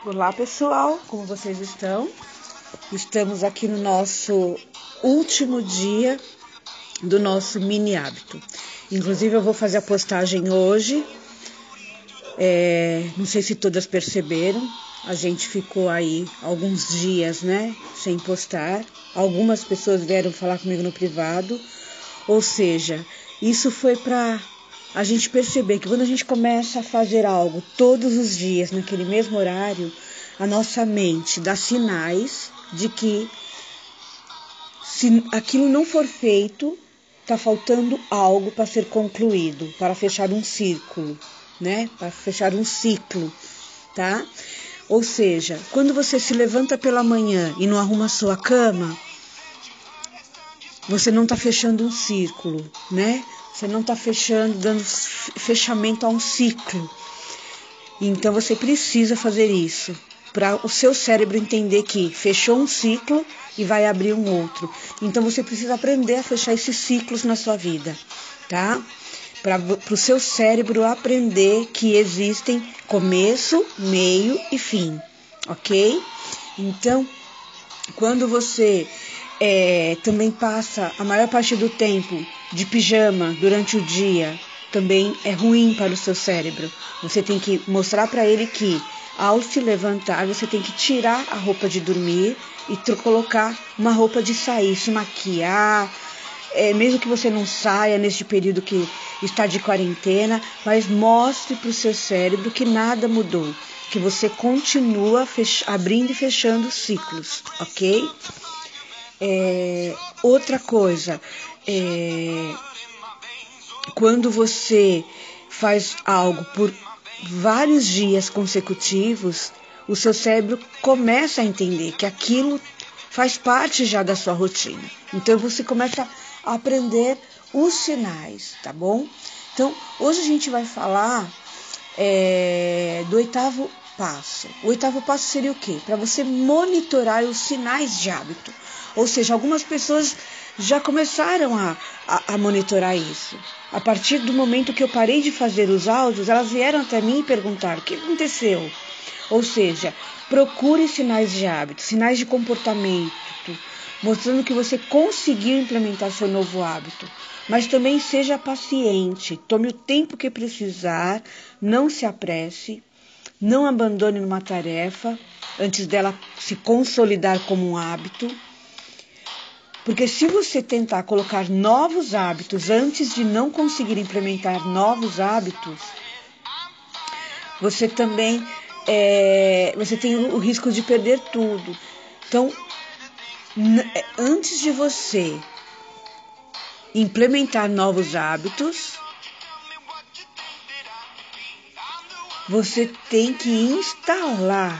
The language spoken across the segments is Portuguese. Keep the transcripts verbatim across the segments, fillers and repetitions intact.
Olá pessoal, como vocês estão? Estamos aqui no nosso último dia do nosso mini hábito. Inclusive eu vou fazer a postagem hoje. É, não sei se todas perceberam, a gente ficou aí alguns dias, né, sem postar. Algumas pessoas vieram falar comigo no privado. Ou seja, isso foi para a gente perceber que quando a gente começa a fazer algo todos os dias, naquele mesmo horário, a nossa mente dá sinais de que se aquilo não for feito, está faltando algo para ser concluído, para fechar um círculo, né? Para fechar um ciclo, tá? Ou seja, quando você se levanta pela manhã e não arruma a sua cama, você não está fechando um círculo, né? Você não está fechando, dando fechamento a um ciclo. Então você precisa fazer isso para o seu cérebro entender que fechou um ciclo e vai abrir um outro. Então você precisa aprender a fechar esses ciclos na sua vida, tá? Para o seu cérebro aprender que existem começo, meio e fim, ok? Então, quando você é, também passa a maior parte do tempo de pijama durante o dia, também é ruim para o seu cérebro. Você tem que mostrar para ele que ao se levantar, você tem que tirar a roupa de dormir e colocar uma roupa de sair, se maquiar, é, mesmo que você não saia neste período que está de quarentena, mas mostre para o seu cérebro que nada mudou, que você continua fech- abrindo e fechando ciclos, ok? É, outra coisa, é, quando você faz algo por vários dias consecutivos, o seu cérebro começa a entender que aquilo faz parte já da sua rotina. Então você começa a aprender os sinais, tá bom? Então hoje a gente vai falar é, do oitavo passo. O oitavo passo seria o quê? Para você monitorar os sinais de hábito. Ou seja, algumas pessoas já começaram a, a, a monitorar isso. A partir do momento que eu parei de fazer os áudios, elas vieram até mim e perguntaram: o que aconteceu? Ou seja, procure sinais de hábito, sinais de comportamento, mostrando que você conseguiu implementar seu novo hábito. Mas também seja paciente, tome o tempo que precisar, não se apresse, não abandone uma tarefa antes dela se consolidar como um hábito. Porque se você tentar colocar novos hábitos antes de não conseguir implementar novos hábitos, você também é, você tem o risco de perder tudo. Então, antes de você implementar novos hábitos, você tem que instalar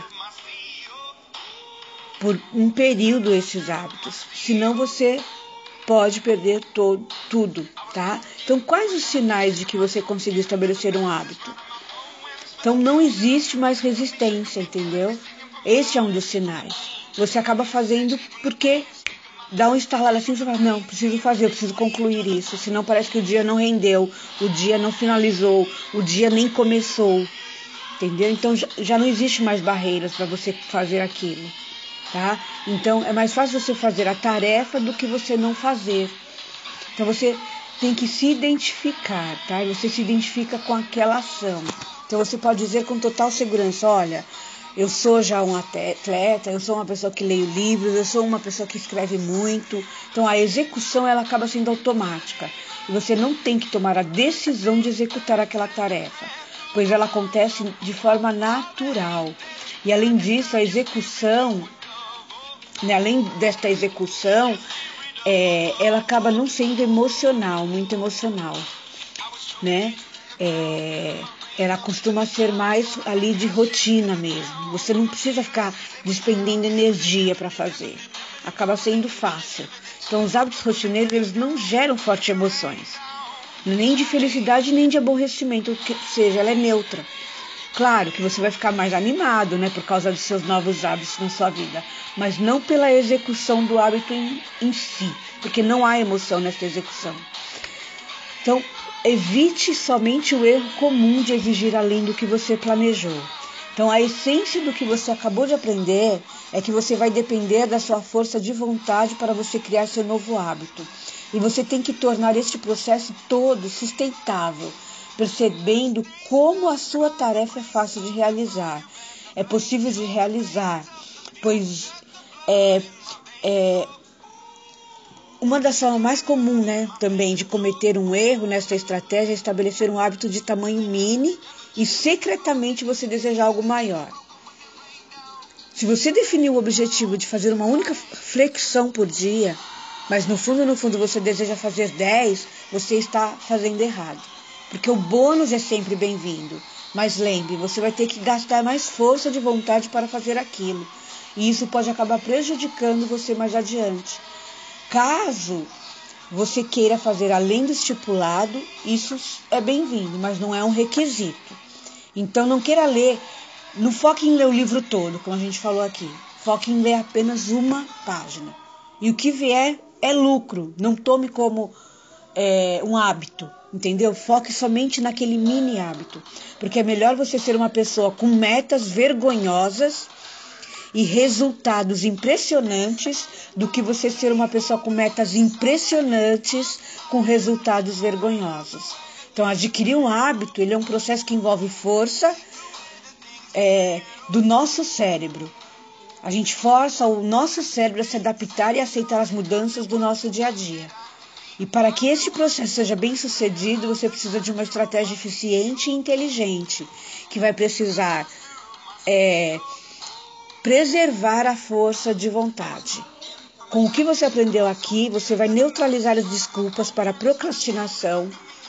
por um período esses hábitos, senão você pode perder todo, tudo, tá? Então, quais os sinais de que você conseguiu estabelecer um hábito? Então, não existe mais resistência, entendeu? Esse é um dos sinais. Você acaba fazendo porque dá um estalar assim, você fala: não, preciso fazer, eu preciso concluir isso, senão parece que o dia não rendeu, o dia não finalizou, o dia nem começou, entendeu? Então, já, já não existe mais barreiras para você fazer aquilo. Tá? Então é mais fácil você fazer a tarefa do que você não fazer. Então você tem que se identificar, tá? Você se identifica com aquela ação. Então você pode dizer com total segurança: olha, eu sou já um atleta, eu sou uma pessoa que leio livros, eu sou uma pessoa que escreve muito. Então a execução ela acaba sendo automática. E você não tem que tomar a decisão de executar aquela tarefa, pois ela acontece de forma natural. E além disso, a execução além desta execução, é, ela acaba não sendo emocional, muito emocional, né? É, ela costuma ser mais ali de rotina mesmo. Você não precisa ficar despendendo energia para fazer. Acaba sendo fácil. Então, os hábitos rotineiros, eles não geram fortes emoções. Nem de felicidade, nem de aborrecimento. Ou seja, ela é neutra. Claro que você vai ficar mais animado, né, por causa dos seus novos hábitos na sua vida, mas não pela execução do hábito em, em si, porque não há emoção nessa execução. Então, evite somente o erro comum de exigir além do que você planejou. Então, a essência do que você acabou de aprender é que você vai depender da sua força de vontade para você criar seu novo hábito. E você tem que tornar este processo todo sustentável, percebendo como a sua tarefa é fácil de realizar. É possível de realizar, pois é, é uma das formas mais comuns, né, também de cometer um erro nessa estratégia é estabelecer um hábito de tamanho mini e secretamente você desejar algo maior. Se você definir o objetivo de fazer uma única flexão por dia, mas no fundo, no fundo você deseja fazer dez, você está fazendo errado. Porque o bônus é sempre bem-vindo. Mas lembre, você vai ter que gastar mais força de vontade para fazer aquilo. E isso pode acabar prejudicando você mais adiante. Caso você queira fazer além do estipulado, isso é bem-vindo, mas não é um requisito. Então não queira ler, não foque em ler o livro todo, como a gente falou aqui. Foque em ler apenas uma página. E o que vier é lucro, não tome como é, um hábito, entendeu? Foque somente naquele mini hábito. Porque é melhor você ser uma pessoa com metas vergonhosas e resultados impressionantes do que você ser uma pessoa com metas impressionantes com resultados vergonhosos. Então, adquirir um hábito, ele é um processo que envolve força é, do nosso cérebro. A gente força o nosso cérebro a se adaptar e aceitar as mudanças do nosso dia a dia. E para que esse processo seja bem sucedido, você precisa de uma estratégia eficiente e inteligente, que vai precisar é, preservar a força de vontade. Com o que você aprendeu aqui, você vai neutralizar as desculpas para a procrastinação,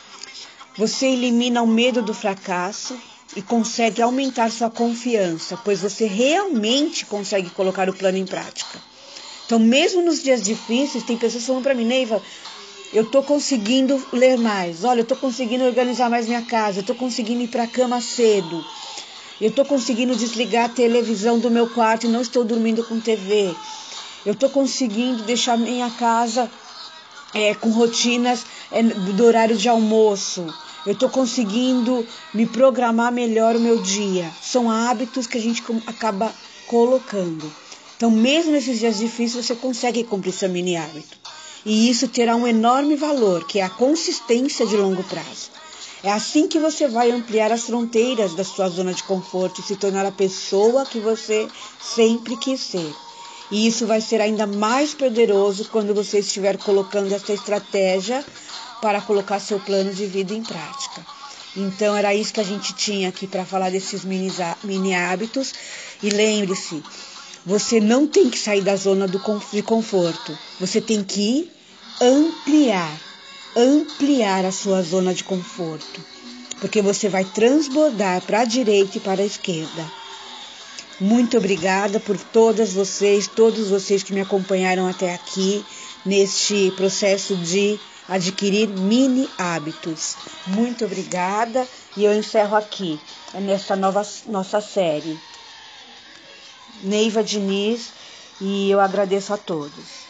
você elimina o medo do fracasso e consegue aumentar sua confiança, pois você realmente consegue colocar o plano em prática. Então, mesmo nos dias difíceis, tem pessoas falando para mim, Neiva, eu estou conseguindo ler mais, olha, eu estou conseguindo organizar mais minha casa, eu estou conseguindo ir para a cama cedo, eu estou conseguindo desligar a televisão do meu quarto e não estou dormindo com T V. Eu estou conseguindo deixar minha casa é, com rotinas é, do horário de almoço. Eu estou conseguindo me programar melhor o meu dia. São hábitos que a gente acaba colocando. Então, mesmo nesses dias difíceis, você consegue cumprir seu mini hábito. E isso terá um enorme valor, que é a consistência de longo prazo. É assim que você vai ampliar as fronteiras da sua zona de conforto e se tornar a pessoa que você sempre quis ser. E isso vai ser ainda mais poderoso quando você estiver colocando essa estratégia para colocar seu plano de vida em prática. Então, era isso que a gente tinha aqui para falar desses mini, mini hábitos. E lembre-se, você não tem que sair da zona do, de conforto. Você tem que ampliar, ampliar a sua zona de conforto. Porque você vai transbordar para a direita e para a esquerda. Muito obrigada por todas vocês, todos vocês que me acompanharam até aqui neste processo de adquirir mini hábitos. Muito obrigada e eu encerro aqui nessa nova nossa série. Neiva Diniz, e eu agradeço a todos.